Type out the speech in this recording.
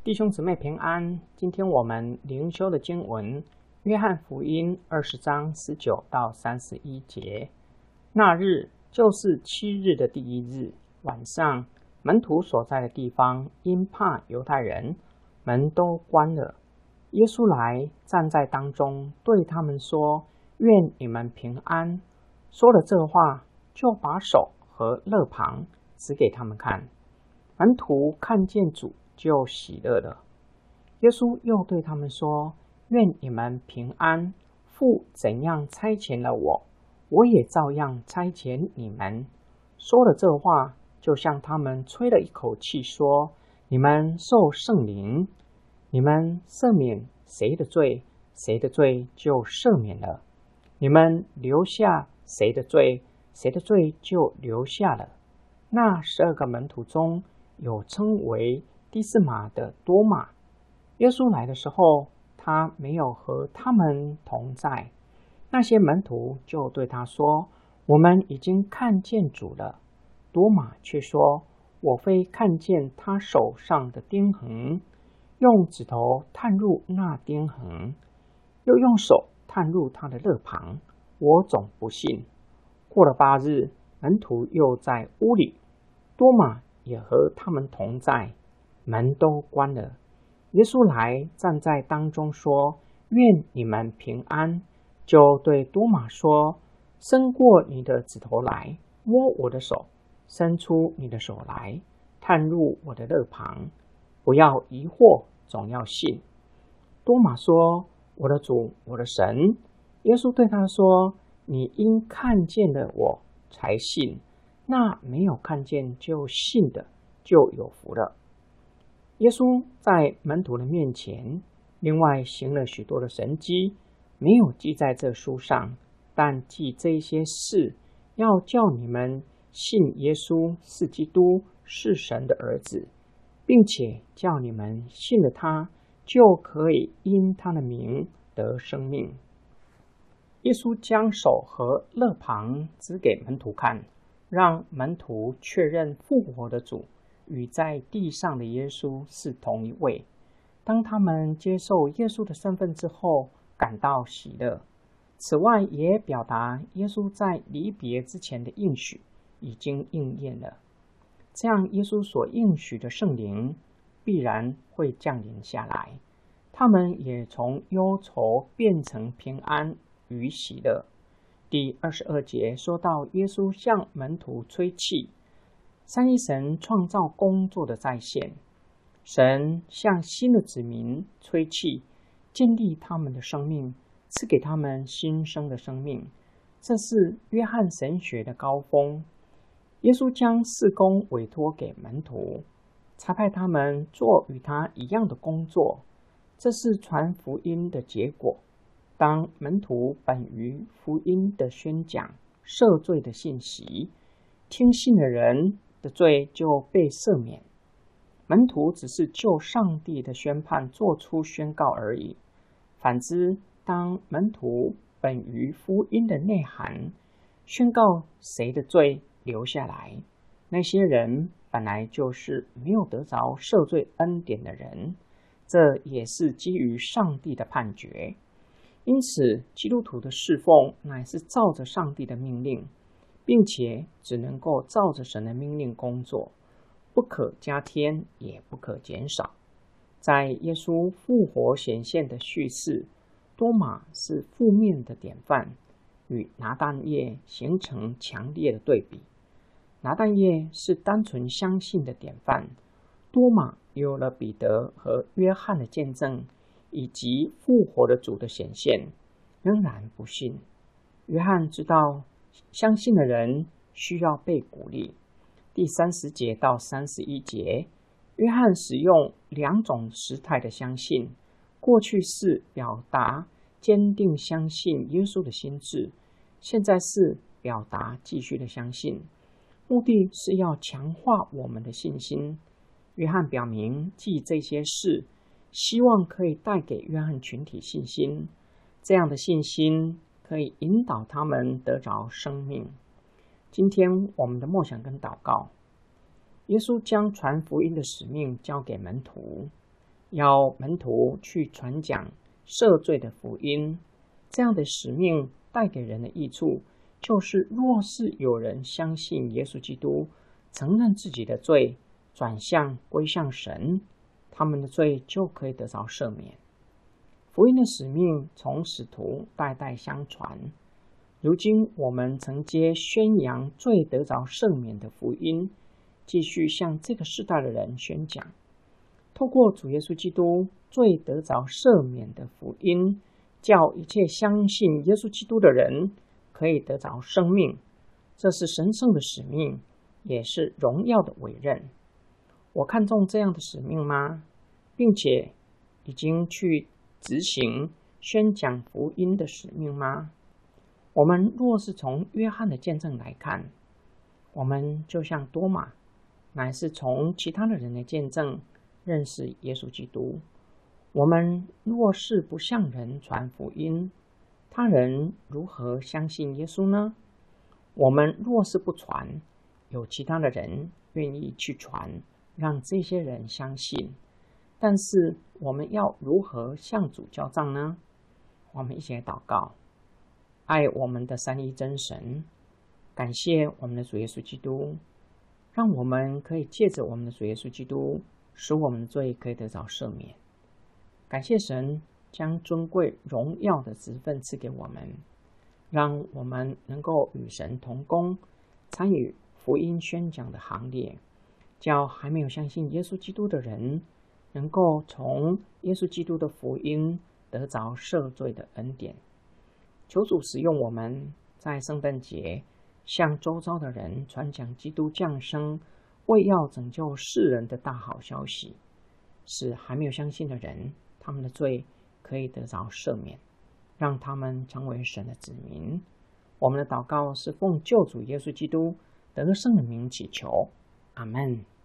弟兄姊妹平安，今天我们灵修的经文约翰福音20章19到31节。那日就是7日的第一日晚上，门徒所在的地方因怕犹太人，门都关了。耶稣来站在当中，对他们说：愿你们平安。说了这话，就把手和肋旁指给他们看。门徒看见主就喜乐了。耶稣又对他们说：愿你们平安。父怎样差遣了我，我也照样差遣你们。说了这话，就向他们吹了一口气，说：你们受圣灵。你们赦免谁的罪，谁的罪就赦免了；你们留下谁的罪，谁的罪就留下了。那12个门徒中有称为低斯马的多马。耶稣来的时候，他没有和他们同在。那些门徒就对他说：我们已经看见主了。多马却说：我非看见他手上的钉痕，用指头探入那钉痕，又用手探入他的肋旁，我总不信。过了8日，门徒又在屋里，多马也和他们同在，门都关了。耶稣来站在当中说：愿你们平安。就对多马说：伸过你的指头来，摸我的手；伸出你的手来，探入我的肋旁。不要疑惑，总要信。多马说：我的主，我的神。耶稣对他说：你因看见了我才信，那没有看见就信的就有福了。耶稣在门徒的面前另外行了许多的神迹，没有记在这书上，但记这些事，要叫你们信耶稣是基督，是神的儿子，并且叫你们信了他，就可以因他的名得生命。耶稣将手和肋旁指给门徒看，让门徒确认复活的主与在地上的耶稣是同一位。当他们接受耶稣的身份之后，感到喜乐。此外，也表达耶稣在离别之前的应许已经应验了。这样，耶稣所应许的圣灵必然会降临下来，他们也从忧愁变成平安与喜乐。第22节说到，耶稣向门徒吹气，三一神创造工作的再现。神向新的子民吹气，建立他们的生命，赐给他们新生的生命。这是约翰神学的高峰。耶稣将事工委托给门徒，差派他们做与他一样的工作。这是传福音的结果。当门徒本于福音的宣讲、赦罪的信息，听信的人的罪就被赦免。门徒只是就上帝的宣判做出宣告而已。反之，当门徒本于福音的内涵，宣告谁的罪留下来，那些人本来就是没有得着赦罪恩典的人，这也是基于上帝的判决。因此，基督徒的侍奉乃是照着上帝的命令，并且只能够照着神的命令工作，不可加添，也不可减少。在耶稣复活显现的叙事，多马是负面的典范，与拿但业形成强烈的对比。拿但业是单纯相信的典范，多马有了彼得和约翰的见证，以及复活的主的显现，仍然不信。约翰知道相信的人需要被鼓励。第30节到31节，约翰使用2种时态的相信。过去是表达坚定相信耶稣的心志，现在是表达继续的相信，目的是要强化我们的信心。约翰表明记这些事，希望可以带给约翰群体信心，这样的信心可以引导他们得着生命。今天我们的默想跟祷告，耶稣将传福音的使命交给门徒， 要门徒去传讲赦罪的福音。这样的使命带给人的益处，就是若是有人相信耶稣基督，承认自己的罪，转向归向神，他们的罪就可以得着赦免。福音的使命从使徒代代相传，如今我们承接宣扬罪得着赦免的福音，继续向这个世代的人宣讲。透过主耶稣基督罪得着赦免的福音，叫一切相信耶稣基督的人可以得着生命。这是神圣的使命，也是荣耀的委任。我看重这样的使命吗？并且已经去执行宣讲福音的使命吗？我们若是从约翰的见证来看，我们就像多马，乃是从其他的人的见证认识耶稣基督。我们若是不向人传福音，他人如何相信耶稣呢？我们若是不传，有其他的人愿意去传，让这些人相信。但是我们要如何向主交账呢？我们一起来祷告。爱我们的三一真神，感谢我们的主耶稣基督，让我们可以借着我们的主耶稣基督，使我们的罪可以得着赦免。感谢神将尊贵荣耀的职分赐给我们，让我们能够与神同工，参与福音宣讲的行列，叫还没有相信耶稣基督的人能够从耶稣基督的福音得着赦罪的恩典。求主使用我们在圣诞节向周遭的人传讲基督降生，为要拯救世人的大好消息，使还没有相信的人，他们的罪可以得着赦免，让他们成为神的子民。我们的祷告是奉救主耶稣基督得胜的名祈求，阿们。